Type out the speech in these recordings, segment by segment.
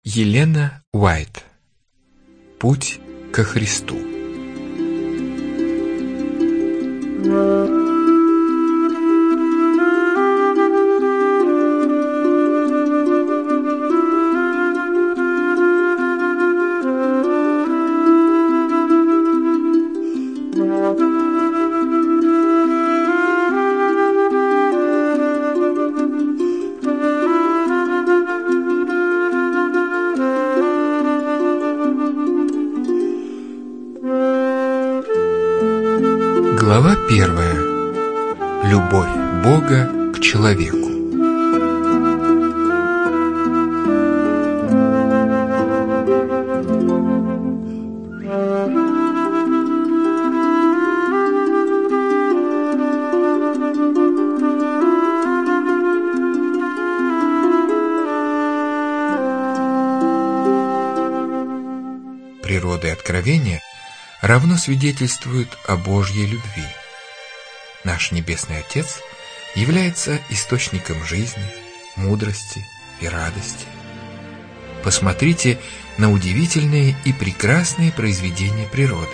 Елена Уайт. Путь ко Христу. Глава 1. Любовь Бога к человеку. Природа и откровение равно свидетельствуют о Божьей любви. Наш Небесный Отец является источником жизни, мудрости и радости. Посмотрите на удивительные и прекрасные произведения природы.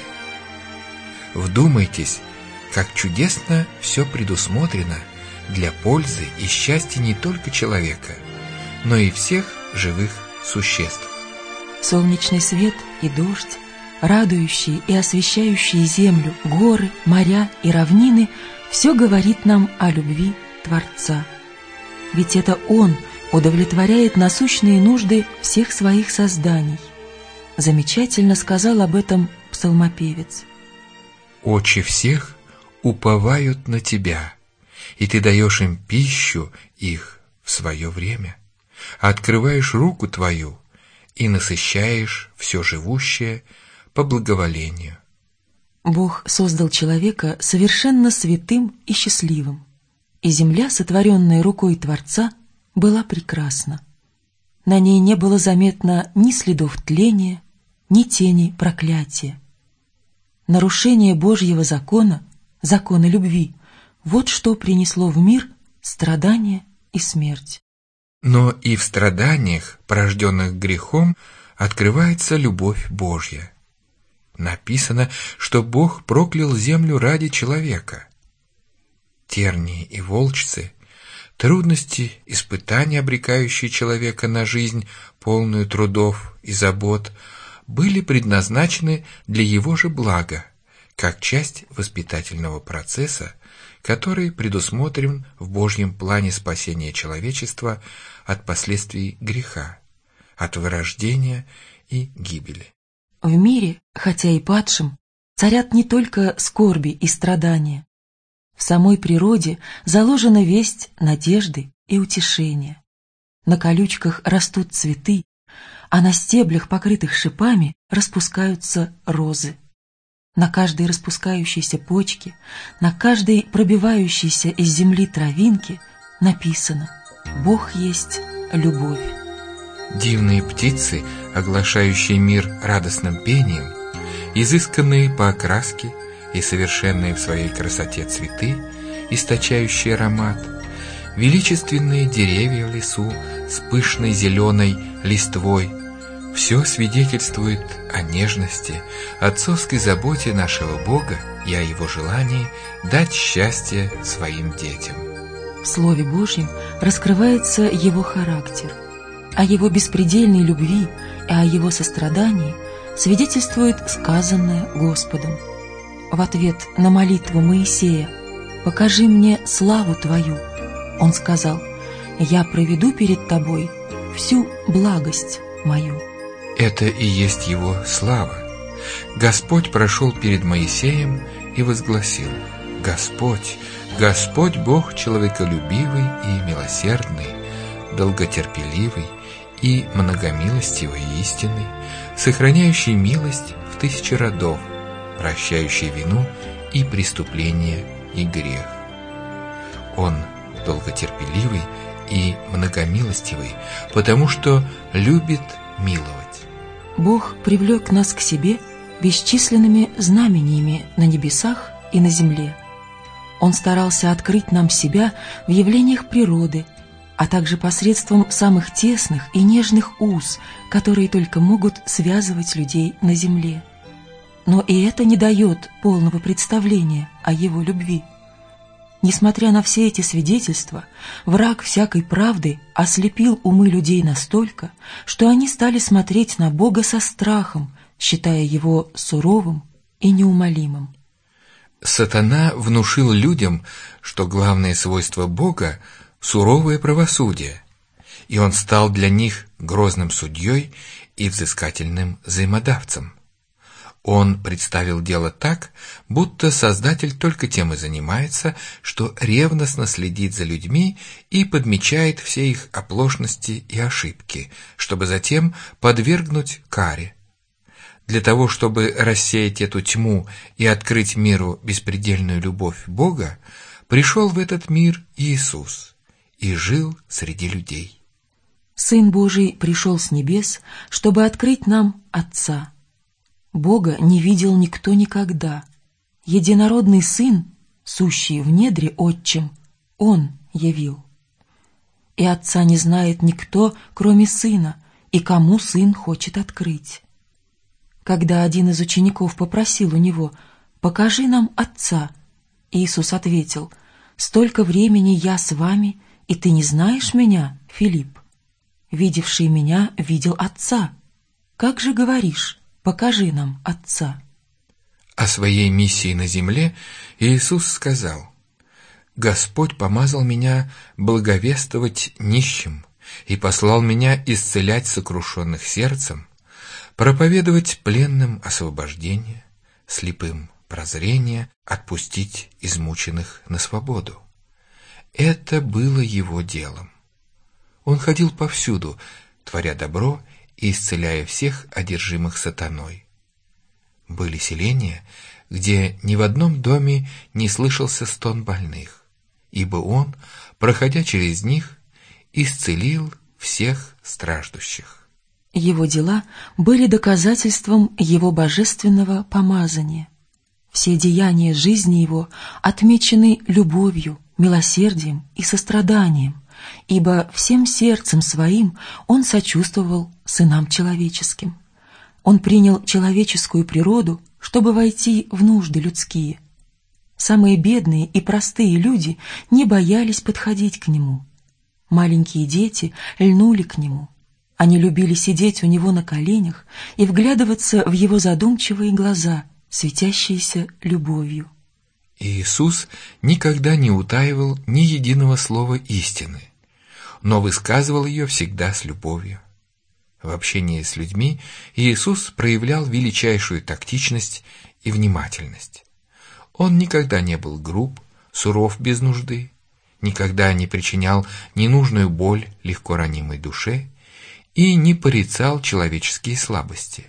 Вдумайтесь, как чудесно все предусмотрено для пользы и счастья не только человека, но и всех живых существ. Солнечный свет и дождь, радующие и освещающие землю, горы, моря и равнины, все говорит нам о любви Творца. Ведь это Он удовлетворяет насущные нужды всех своих созданий. Замечательно сказал об этом псалмопевец. «Очи всех уповают на Тебя, и Ты даешь им пищу их в свое время. Открываешь руку Твою и насыщаешь все живущее по благоволению». Бог создал человека совершенно святым и счастливым, и земля, сотворенная рукой Творца, была прекрасна. На ней не было заметно ни следов тления, ни тени проклятия. Нарушение Божьего закона, закона любви, вот что принесло в мир страдания и смерть. Но и в страданиях, порожденных грехом, открывается любовь Божья. Написано, что Бог проклял землю ради человека. Тернии и волчцы, трудности, испытания, обрекающие человека на жизнь, полную трудов и забот, были предназначены для его же блага, как часть воспитательного процесса, который предусмотрен в Божьем плане спасения человечества от последствий греха, от вырождения и гибели. В мире, хотя и падшим, царят не только скорби и страдания. В самой природе заложена весть надежды и утешения. На колючках растут цветы, а на стеблях, покрытых шипами, распускаются розы. На каждой распускающейся почке, на каждой пробивающейся из земли травинке написано: «Бог есть любовь». Дивные птицы, оглашающие мир радостным пением, изысканные по окраске и совершенные в своей красоте цветы, источающие аромат, величественные деревья в лесу с пышной зеленой листвой, все свидетельствует о нежности, отцовской заботе нашего Бога и о Его желании дать счастье своим детям. В Слове Божьем раскрывается Его характер. О Его беспредельной любви и о Его сострадании свидетельствует сказанное Господом. В ответ на молитву Моисея «Покажи мне славу Твою», Он сказал: «Я проведу перед тобой всю благость мою». Это и есть Его слава. Господь прошел перед Моисеем и возгласил: «Господь, Господь Бог человеколюбивый и милосердный, долготерпеливый и многомилостивый и истинный, сохраняющий милость в 1000 родов, прощающий вину и преступление и грех». Он долготерпеливый и многомилостивый, потому что любит миловать. Бог привлек нас к себе бесчисленными знамениями на небесах и на земле. Он старался открыть нам себя в явлениях природы, а также посредством самых тесных и нежных уз, которые только могут связывать людей на земле. Но и это не дает полного представления о его любви. Несмотря на все эти свидетельства, враг всякой правды ослепил умы людей настолько, что они стали смотреть на Бога со страхом, считая его суровым и неумолимым. Сатана внушил людям, что главное свойство Бога – суровое правосудие, и он стал для них грозным судьей и взыскательным взаимодавцем. Он представил дело так, будто Создатель только тем и занимается, что ревностно следит за людьми и подмечает все их оплошности и ошибки, чтобы затем подвергнуть каре. Для того, чтобы рассеять эту тьму и открыть миру беспредельную любовь Бога, пришел в этот мир Иисус и жил среди людей. Сын Божий пришел с небес, чтобы открыть нам Отца. Бога не видел никто никогда. Единородный Сын, сущий в недре Отчим, Он явил. И Отца не знает никто, кроме Сына, и кому Сын хочет открыть. Когда один из учеников попросил у Него: «Покажи нам Отца», Иисус ответил: «Столько времени я с вами, и ты не знаешь Меня, Филипп? Видевший Меня видел Отца. Как же говоришь: покажи нам Отца?» О своей миссии на земле Иисус сказал: «Господь помазал Меня благовествовать нищим и послал Меня исцелять сокрушенных сердцем, проповедовать пленным освобождение, слепым прозрение, отпустить измученных на свободу». Это было Его делом. Он ходил повсюду, творя добро и исцеляя всех одержимых сатаной. Были селения, где ни в одном доме не слышался стон больных, ибо Он, проходя через них, исцелил всех страждущих. Его дела были доказательством Его божественного помазания. Все деяния жизни Его отмечены любовью, милосердием и состраданием, ибо всем сердцем своим Он сочувствовал сынам человеческим. Он принял человеческую природу, чтобы войти в нужды людские. Самые бедные и простые люди не боялись подходить к Нему. Маленькие дети льнули к Нему. Они любили сидеть у Него на коленях и вглядываться в Его задумчивые глаза, светящиеся любовью. Иисус никогда не утаивал ни единого слова истины, но высказывал ее всегда с любовью. В общении с людьми Иисус проявлял величайшую тактичность и внимательность. Он никогда не был груб, суров без нужды, никогда не причинял ненужную боль легко ранимой душе и не порицал человеческие слабости.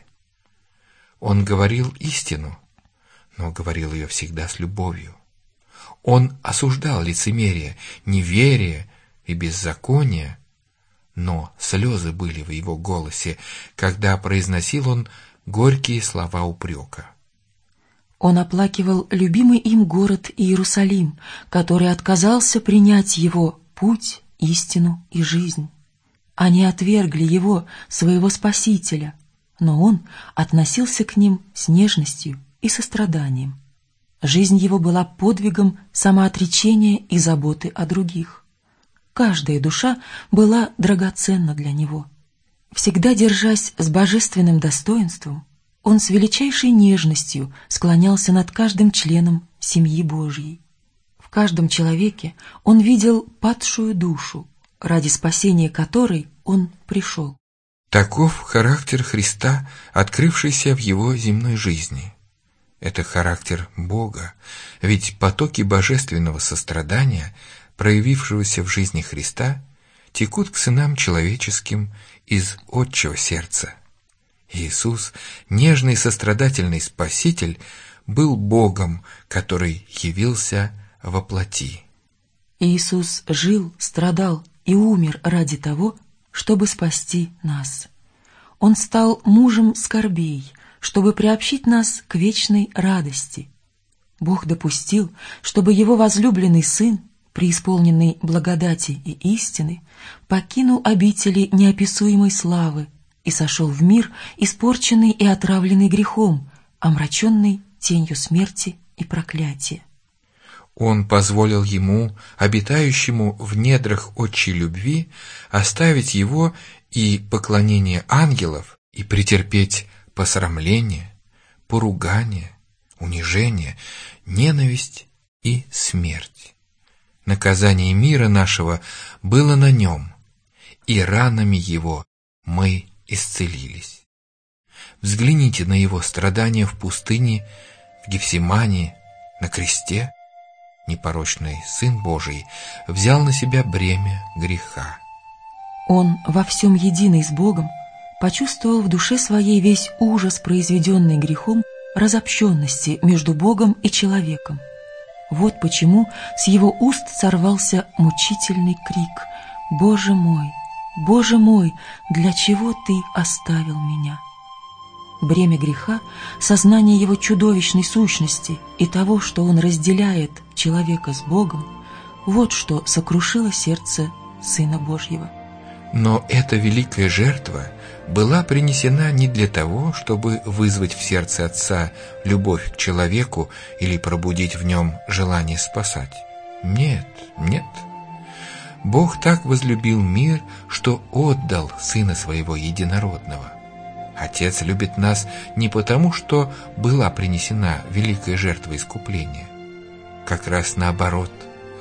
Он говорил истину, но говорил ее всегда с любовью. Он осуждал лицемерие, неверие и беззаконие, но слезы были в его голосе, когда произносил он горькие слова упрека. Он оплакивал любимый им город Иерусалим, который отказался принять его путь, истину и жизнь. Они отвергли его, своего Спасителя, но он относился к ним с нежностью и состраданием. Жизнь его была подвигом самоотречения и заботы о других. Каждая душа была драгоценна для него. Всегда держась с божественным достоинством, он с величайшей нежностью склонялся над каждым членом семьи Божьей. В каждом человеке он видел падшую душу, ради спасения которой он пришел. Таков характер Христа, открывшийся в его земной жизни. Это характер Бога, ведь потоки божественного сострадания, проявившегося в жизни Христа, текут к сынам человеческим из отчего сердца. Иисус, нежный сострадательный Спаситель, был Богом, который явился во плоти. Иисус жил, страдал и умер ради того, чтобы спасти нас. Он стал мужем скорбей, чтобы приобщить нас к вечной радости. Бог допустил, чтобы Его возлюбленный Сын преисполненный благодати и истины, покинул обители неописуемой славы и сошел в мир, испорченный и отравленный грехом, омраченный тенью смерти и проклятия. Он позволил ему, обитающему в недрах отчей любви, оставить его и поклонение ангелов и претерпеть посрамление, поругание, унижение, ненависть и смерть. Наказание мира нашего было на нем, и ранами его мы исцелились. Взгляните на его страдания в пустыне, в Гефсимании, на кресте. Непорочный Сын Божий взял на себя бремя греха. Он во всем единый с Богом почувствовал в душе своей весь ужас, произведенный грехом, разобщенности между Богом и человеком. Вот почему с его уст сорвался мучительный крик: «Боже мой, для чего Ты оставил меня?» Бремя греха, сознание его чудовищной сущности и того, что он разделяет человека с Богом, вот что сокрушило сердце Сына Божьего. Но эта великая жертва была принесена не для того, чтобы вызвать в сердце Отца любовь к человеку или пробудить в нем желание спасать. Нет. Бог так возлюбил мир, что отдал Сына Своего Единородного. Отец любит нас не потому, что была принесена великая жертва искупления. Как раз наоборот.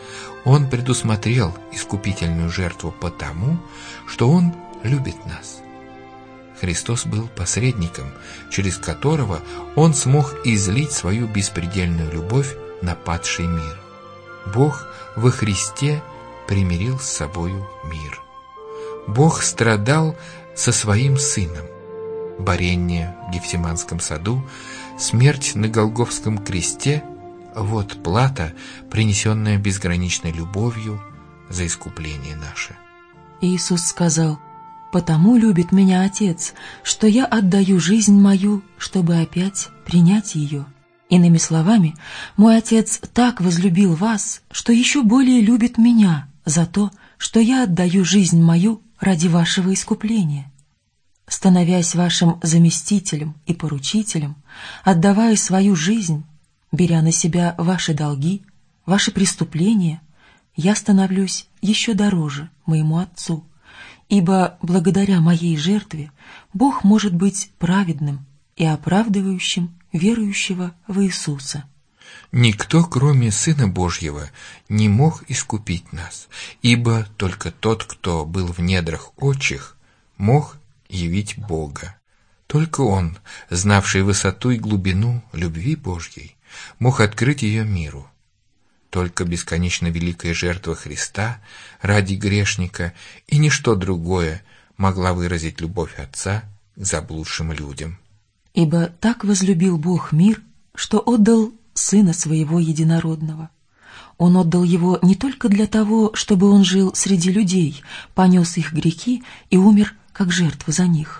Он предусмотрел искупительную жертву потому, что Он любит нас. Христос был посредником, через которого Он смог излить свою беспредельную любовь на падший мир. Бог во Христе примирил с собою мир. Бог страдал со Своим Сыном. Борение в Гефсиманском саду, смерть на Голгофском кресте — вот плата, принесенная безграничной любовью за искупление наше. Иисус сказал: «Потому любит меня Отец, что я отдаю жизнь мою, чтобы опять принять ее. Иными словами, мой Отец так возлюбил вас, что еще более любит меня за то, что я отдаю жизнь мою ради вашего искупления. Становясь вашим заместителем и поручителем, отдавая свою жизнь, беря на себя ваши долги, ваши преступления, я становлюсь еще дороже моему Отцу, ибо благодаря моей жертве Бог может быть праведным и оправдывающим верующего в Иисуса». Никто, кроме Сына Божьего, не мог искупить нас, ибо только тот, кто был в недрах отчих, мог явить Бога. Только Он, знавший высоту и глубину любви Божьей, мог открыть ее миру. Только бесконечно великая жертва Христа ради грешника и ничто другое могла выразить любовь Отца к заблудшим людям. «Ибо так возлюбил Бог мир, что отдал Сына Своего Единородного. Он отдал Его не только для того, чтобы Он жил среди людей, понес их грехи и умер как жертва за них.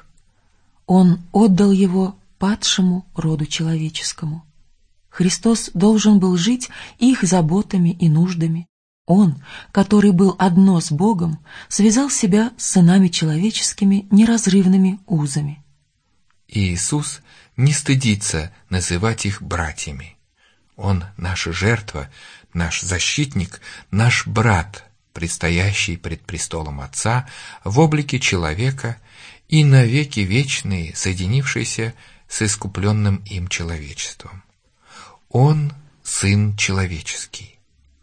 Он отдал Его падшему роду человеческому. Христос должен был жить их заботами и нуждами. Он, который был одно с Богом, связал себя с сынами человеческими неразрывными узами». Иисус не стыдится называть их братьями. Он наша жертва, наш защитник, наш брат, предстоящий пред престолом Отца в облике человека и навеки вечные, соединившийся с искупленным им человечеством. Он Сын человеческий.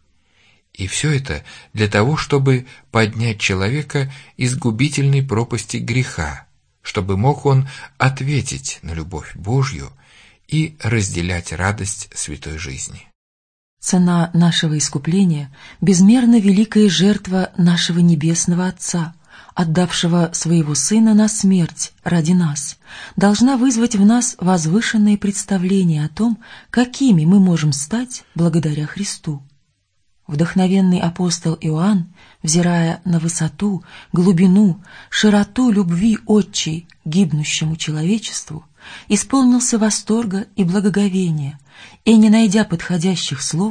И все это для того, чтобы поднять человека из губительной пропасти греха, чтобы мог он ответить на любовь Божью и разделять радость святой жизни. Цена нашего искупления — безмерно великая жертва нашего Небесного Отца, отдавшего Своего Сына на смерть ради нас, должна вызвать в нас возвышенное представление о том, какими мы можем стать благодаря Христу. Вдохновенный апостол Иоанн, взирая на высоту, глубину, широту любви Отчей к гибнущему человечеству, исполнился восторга и благоговения, и, не найдя подходящих слов,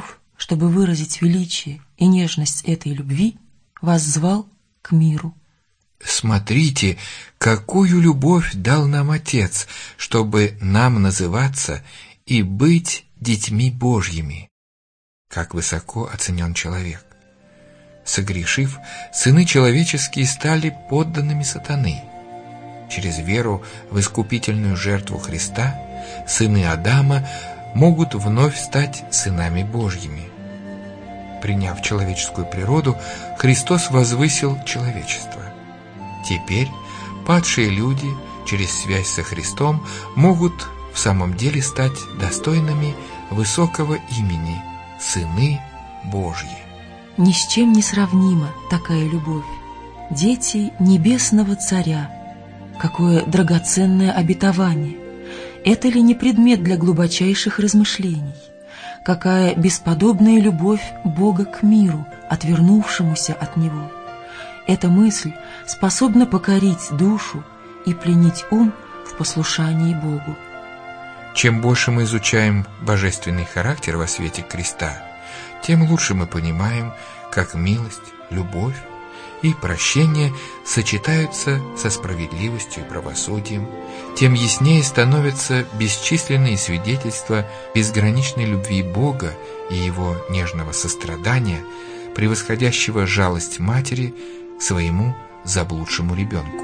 чтобы выразить величие и нежность этой любви, воззвал к миру. «Смотрите, какую любовь дал нам Отец, чтобы нам называться и быть детьми Божьими». Как высоко оценен человек. Согрешив, сыны человеческие стали подданными сатаны. Через веру в искупительную жертву Христа сыны Адама могут вновь стать сынами Божьими. Приняв человеческую природу, Христос возвысил человечество. Теперь падшие люди через связь со Христом могут в самом деле стать достойными высокого имени «Сыны Божьи». Ни с чем не сравнима такая любовь. Дети Небесного Царя. Какое драгоценное обетование! Это ли не предмет для глубочайших размышлений? Какая бесподобная любовь Бога к миру, отвернувшемуся от Него! Эта мысль способна покорить душу и пленить ум в послушании Богу. Чем больше мы изучаем божественный характер во свете креста, тем лучше мы понимаем, как милость, любовь и прощение сочетаются со справедливостью и правосудием, тем яснее становятся бесчисленные свидетельства безграничной любви Бога и Его нежного сострадания, превосходящего жалость матери к своему заблудшему ребенку.